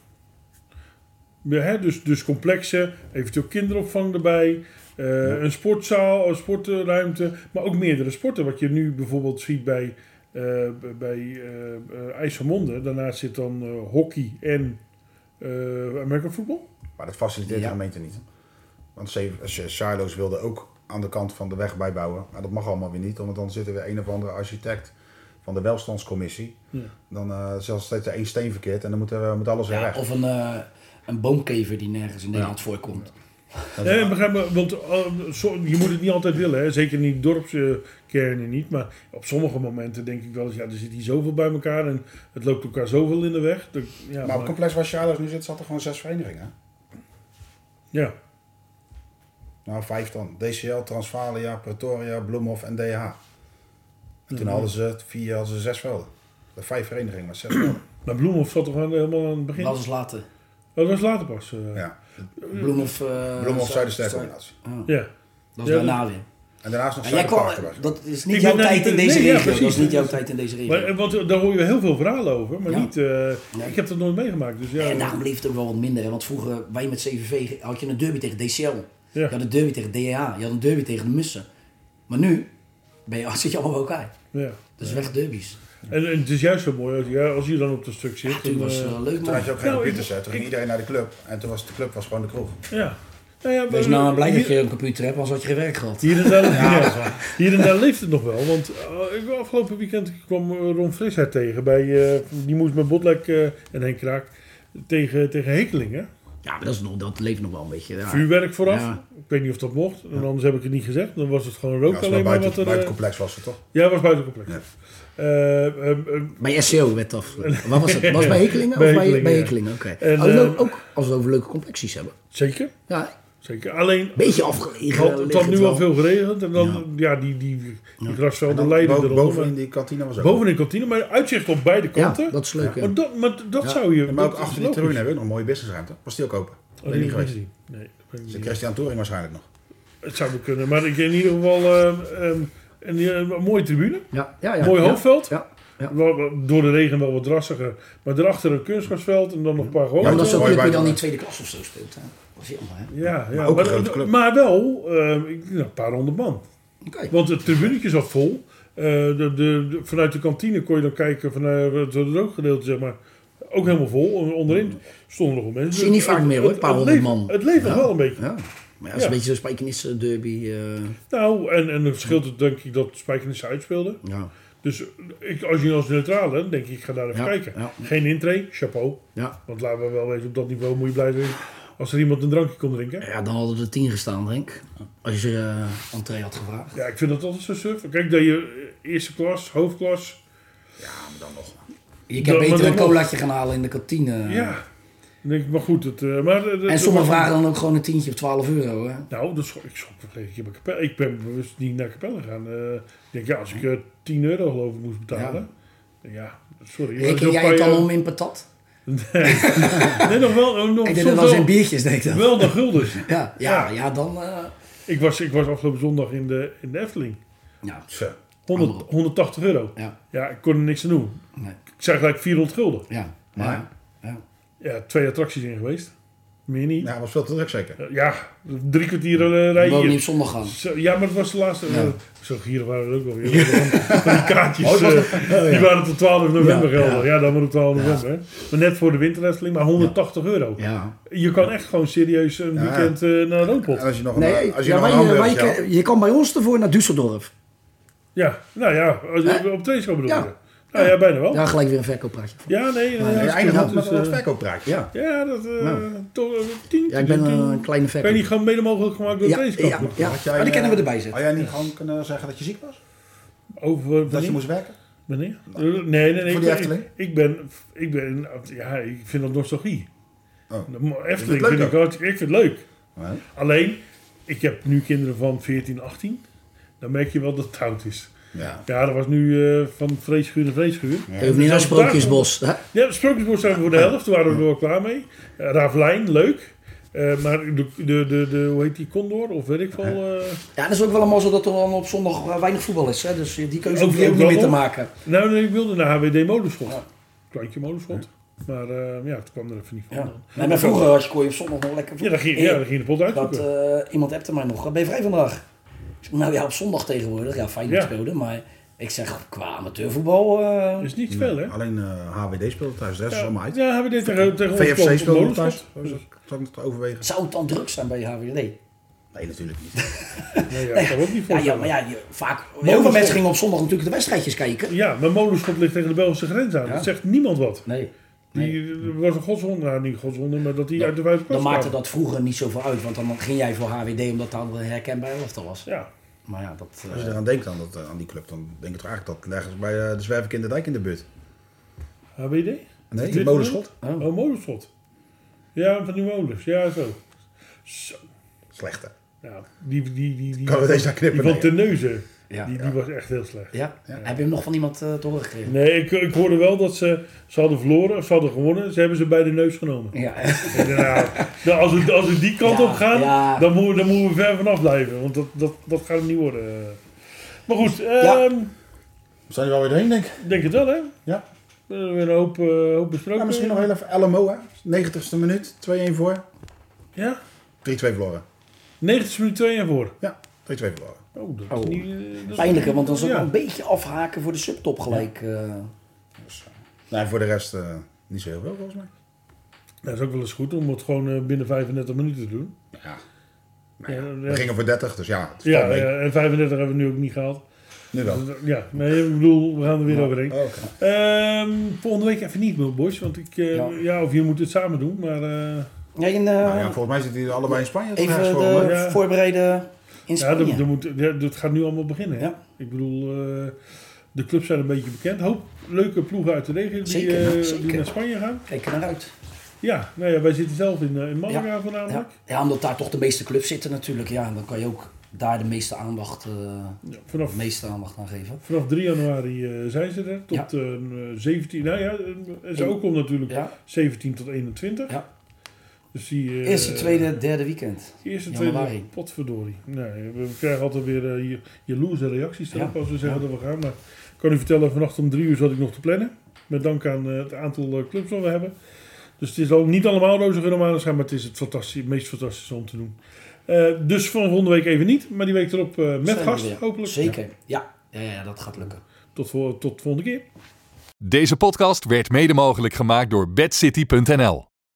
Ja, hè? Dus, dus complexen, eventueel kinderopvang erbij... Uh, ja. Een sportzaal, een sportruimte, maar ook meerdere sporten. Wat je nu bijvoorbeeld ziet bij, uh, bij uh, uh, IJsselmonde. Daarnaast zit dan uh, hockey en uh, American voetbal. Maar dat faciliteert ja. de gemeente niet. Want Charlo's wilde ook aan de kant van de weg bijbouwen. Maar dat mag allemaal weer niet, want dan zit er weer een of andere architect van de welstandscommissie. Ja. Dan uh, zelfs steeds er één steen verkeerd en dan moet, er, moet alles weer ja, weg. Of een, uh, een boomkever die nergens in Nederland ja. voorkomt. Nee, begrijp me, want uh, so, je moet het niet altijd willen, hè? Zeker niet dorpskernen uh, niet, maar op sommige momenten denk ik wel eens, ja, er zit hier zoveel bij elkaar en het loopt elkaar zoveel in de weg. Dat, ja, maar op het complex waar Charlo's nu zit, zat er gewoon zes verenigingen. Ja. Nou, vijf dan. D C L, Transvalia, Pretoria, Bloemhof en D H. En toen mm-hmm. hadden ze vier, hadden ze zes velden. De vijf verenigingen, maar zes velden. Maar Bloemhof zat toch aan, helemaal aan het begin? Dat was later. Oh, dat was later pas. Uh. Ja. Bloemhof... Uh, Bloemhof Zuiderster-combinatie. Oh. Ja. Dat is daarna weer. En daarnaast nog Zuiderparkenweg. Dat is niet ik jouw tijd in deze nee, regio. Ja, dat is niet jouw tijd in deze regio. Maar, want daar hoor je heel veel verhalen over, maar ja. niet... Uh, ja. Ik heb dat nooit meegemaakt. Dus ja, en daarom bleef het ook wel wat minder. Hè? Want vroeger, wij met C V V, had je een derby tegen D C L. Ja. Je had een derby tegen D H. Je had een derby tegen de Mussen. Maar nu ben je, zit je allemaal bij elkaar. Ja. Dus ja. weg derbies. En, en het is juist zo mooi als, ja, als je dan op dat stuk zit. Toen dan, was uh, uh, leuk Toen man. had je ook geen Nou, computers, ik- hè. Toen ging ik- iedereen naar de club. En toen was de club was gewoon de kroeg. Ja. Nou ja, Wees maar, nou blij dat hier- je een computer hebt, anders had je geen werk gehad. Hier en daar, Ja, ja, dat is waar. hier en daar leeft het nog wel. Want uh, ik, afgelopen weekend kwam uh, Ron Frisheid tegen. Bij, uh, die moest met Botlek uh, en Henk Kraak tegen, tegen Hekelingen. Ja, maar dat, is nog, dat leeft nog wel een beetje. Ja. Vuurwerk vooraf. Ja. Ik weet niet of dat mocht. En anders heb ik het niet gezegd. Dan was het gewoon rook Ja, als alleen maar maar buiten, wat er... buiten uh, complex was het toch? ja, het was buiten complex. Ja. Uh, uh, uh, Bij S C O werd af. Waar was het? Was het bij Hekelingen? Bij Of bij, Hekelingen, bij ja. Hekelingen, oké. En, Oh, nou, uh, ook als we het over leuke complexies hebben. zeker. Ja, Zeker. Alleen... beetje afgelegen. Het had, het had nu al veel geregend. En dan, ja, die, die, die Ja. grasvelden En dan leiden bo- eronder. boven in maar- die kantine was ook. Boven in de kantine, maar uitzicht op beide Ja, kanten. dat is leuk. Ja. Maar dat, maar dat Ja. zou je... Ja, maar ook dat achter is die logisch. tribune hebben we nog een mooie businessruimte. Was die ook open? Oh, Ben die je niet heb ik geweest? niet gezien. Nee, dat ben ik Dus niet. Christian Touring waarschijnlijk nog. Het zou wel kunnen. Maar ik in ieder geval uh, um, een, een, een mooie tribune. Ja, ja, ja. Mooi ja. hoofdveld. Ja. Ja. Wel, wel, door de regen wel wat drassiger. Maar daarachter een kunstgrasveld en dan nog een paar Ja, gewone. maar dat is ook Mooi club die dan buiten. in tweede klas of zo speelt. Hè. Dat is jammer, hè? Ja, ja. Maar ook maar, een grote club. maar wel uh, ik- nou, een paar honderd man. Oké. Want het tribunetje zat vol. Uh, de, de, de, vanuit de kantine kon je dan kijken vanuit het rookgedeelte, zeg maar. Ook helemaal vol. Onderin stonden nog wel mensen. Zie je niet vaak meer, hoor, een paar het honderd leeft- man. Het leeft nog Ja. wel een beetje. Ja. Maar ja, dat is Ja. een beetje zo'n Spijkenisse derby. eh Nou, en, en dan scheelt het denk ik dat Spijkenisse uitspeelde. ja. Dus ik, als je als neutrale, denk ik, ik ga daar even Ja, kijken. ja. Geen intree, chapeau. Ja. Want laten we wel weten, op dat niveau moet je blij zijn als er iemand een drankje kon drinken. ja, dan hadden er tien gestaan, denk ik. Als je uh, entree had gevraagd. Ja, ik vind dat altijd zo suf. Kijk, dat je eerste klas, hoofdklas. Ja, maar dan nog. Je Dat- kan maar beter dan een nog- colaatje gaan halen in de kantine. Ja. Dan denk ik, maar goed. Het, uh, maar, uh, En dat- sommigen dat- vragen dan ook gewoon een tientje of twaalf euro. Hè? Nou, dat schrok, ik schrok verleden keer bij Capelle. Ik ben bewust niet naar Capelle gegaan. Uh, ik denk, ja, als ik uh, tien euro geloof ik moest betalen. Ja, sorry. Reken Zo'n jij paar het dan jaar- om in patat? Nee, nog wel. Nog, Ik denk soms dat dat zijn wel, biertjes, denk ik dan. wel nog guldens. Ja, ja, ja, dan... eh, Ik was, ik was afgelopen zondag in de, in de Efteling. ja, Zo. honderd, honderdtachtig euro. ja, Ja, ik kon er niks aan doen. nee, Ik zei gelijk vierhonderd gulden. ja. Maar? Ja, ja. Ja, twee attracties in geweest. Meer niet. Ja, was veel te druk zeker. Uh, Ja, drie kwartier uh, We rijden. wouden niet op zondag gaan. Zo, ja, maar het was de laatste. Ja. Uh, zo gieren waren er ook alweer. Van, van die kaartjes. Oh, het was uh, die waren tot twaalf november Ja, geldig. Ja, ja. dan maar op twaalf november. Maar net voor de winterwrestling, maar honderdtachtig euro. Ja. Je kan echt gewoon serieus een Ja. weekend uh, naar een roodpot. En als je nog een, Nee, als je ja, nog maar een je, maar je, hamburger kan- je kan bij ons ervoor naar Düsseldorf. Ja, nou ja, als je Hè? op trainingskamp bedoel Ja. je. Nou ja, bijna wel. Ja, gelijk weer een verkooppraatje. van. Ja, nee. Maar ja, Je dat is eindigt goed, altijd met dus, een uh, verkooppraatje. Ja, Ja, dat uh, Ja. toch uh, tien. ja ik ben tien, een, tien. kleine Kan je verkoop. niet gewoon mede mogelijk gemaakt door Ja, de ja, trainingskamp? ja. Had jij, Maar die kunnen we eh, erbij zetten. Had jij niet gewoon kunnen zeggen dat je ziek was? Over Dat je wanneer? moest werken? Wanneer? Nee, nee, nee. Voor ik, die ben- Efteling? ik, ik ben, ik ben, ja, ik vind dat nostalgie. Oh. De Efteling leuk vind ik ook? hartstikke, ik vind het leuk. Nee. Alleen, ik heb nu kinderen van veertien, achttien. Dan merk je wel dat het oud is. Ja. Ja, dat was nu uh, van vreeschuur naar vreeschuur. Je hoeft niet naar Sprookjesbos. Hè? Ja, Sprookjesbos zijn we voor de helft. Toen waren we er wel klaar mee. Uh, Ravelijn, leuk. Uh, maar de, de, de, de, hoe heet die, Condor? Of weet ik veel. Uh... Ja, dat is ook wel een mazzel dat er dan op zondag uh, weinig voetbal is. Hè? Dus die keuze Ook- hoef je ook ook niet meer wel te nog. maken. Nou, nee, ik wilde naar H W D Molenschot. Ja. Kleintje Molenschot. Maar uh, ja, het kwam er even niet van. Ja. Nee, maar vroeger was je, kon je op zondag nog lekker... Ja, dan ging, ja, dan ging de pot Dat, uitzoeken. uh, iemand appte mij nog, ben je vrij vandaag? Ik zeg, nou ja, op zondag tegenwoordig. Ja, fijn dat Ja. speelde, maar ik zeg, qua amateurvoetbal... uh, Dat is niet veel, hè? Alleen uh, H W D speelde thuis, de rest is allemaal uit. Ja, hebben we dit tegen, tegen ons V F kwam C op speelde nog Molenschot. thuis. Dus ik zat het te overwegen. zou het dan druk zijn bij H W D? Nee, natuurlijk niet. Nee, ja, dat kan ook niet Ja, ja, voorstellen. maar ja, je, vaak... Heel veel Molenschot. mensen gingen op zondag natuurlijk de wedstrijdjes kijken. Ja, maar Molenschot ligt tegen de Belgische grens aan. Ja. Dat zegt niemand wat. Nee. Die er was een godswonder, nou niet godswonder, maar dat die uit de vijfde klas Dan maakte kwam. dat vroeger niet zoveel uit, want dan ging jij voor H W D omdat dat een herkenbaar elftal was. Ja, Maar ja, dat... uh, Als je eraan denkt aan, dat, uh, aan die club, dan denk ik toch eigenlijk dat ergens bij uh, de Zwervenkinderdijk in de buurt. H W D? Nee, Dit- Molenschot. oh. Oh, Molenschot. Ja, van die molens. Ja, zo. Zo. Slecht hè. Ja, die, die, die, die, Kan we deze daar knippen? die van Nee, Terneuzen, Ja. die, die was echt heel slecht. Ja? Ja. Heb je hem nog van iemand uh, te horen gekregen? Nee, ik, ik hoorde wel dat ze, ze hadden verloren, of ze hadden gewonnen. Ze hebben ze bij de neus genomen. Ja. Ik dacht, nou, nou, als, we, als we die kant Ja, op gaan, ja. dan, moeten we, dan moeten we ver vanaf blijven. Want dat, dat, dat gaat het niet worden. Maar goed, Ja. ehm, We zijn er wel weer doorheen, denk ik. ik denk het wel, hè? Ja. We hebben weer een hoop, uh, hoop besproken. Ja, misschien nog heel even L M O, hè. negentigste minuut, twee-een voor. Ja? drie twee verloren. negentigste minuut twee en voor. Ja. twee-twee verloren. Oh, dat Oh. is niet... uh, dat is Pijnlijk, hè, niet- want dan is het ja. wel een beetje afhaken voor de subtop gelijk. eh. Dus, uh, nee, voor de rest uh, niet zo heel veel volgens mij. Dat is ook wel eens goed om het gewoon uh, binnen vijfendertig minuten te doen. Ja. Nou ja, Ja, we ja. gingen voor dertig, dus ja. Het Ja, valt mee. ja, en vijfendertig hebben we nu ook niet gehaald. Nu wel. Dus, ja, nee, ik bedoel, we gaan er weer Ja. overheen. Oh, oké. Ehm, volgende week even niet, Bill Boys. Want ik, uh, Ja. ja. of je moet het samen doen, maar... Uh, Ja, en, uh, Nou ja, volgens mij zitten die allebei in Spanje. toch even ergens de voor, maar- Ja. voorbereiden in ja, Spanje. dat, dat, moet, ja, dat gaat nu allemaal beginnen. Hè? Ja. Ik bedoel, uh, de clubs zijn een beetje bekend. Hoop leuke ploegen uit de regio die, Zeker, uh, zeker. die naar Spanje gaan. Kijk er naar uit. Ja, nou ja, wij zitten zelf in, uh, in Malaga Ja. voornamelijk. Ja. ja, omdat daar toch de meeste clubs zitten natuurlijk. Ja, dan kan je ook daar de meeste aandacht, uh, Ja, vanaf, de meeste aandacht aan geven. vanaf drie januari uh, zijn ze er. Tot Ja. uh, zeventien, nou ja, en ze ook om natuurlijk Ja, zeventien tot eenentwintig. Ja. Dus die, uh, eerste, tweede, derde weekend. Eerste, tweede, januari. potverdorie. Nee, we krijgen altijd weer uh, jaloerse reacties erop Ja. als we zeggen Ja. dat we gaan. Maar ik kan u vertellen, vannacht om drie uur zat ik nog te plannen. Met dank aan uh, het aantal uh, clubs dat we hebben. Dus het is al niet allemaal roze geur maar het is het, fantastisch, het meest fantastische om te doen. Uh, dus van volgende week even niet, maar die week erop uh, met Zijn we gast, weer. hopelijk. Zeker, ja. Ja, ja, ja, dat gaat lukken. Tot, voor, tot de volgende keer. Deze podcast werd mede mogelijk gemaakt door bed city punt n l.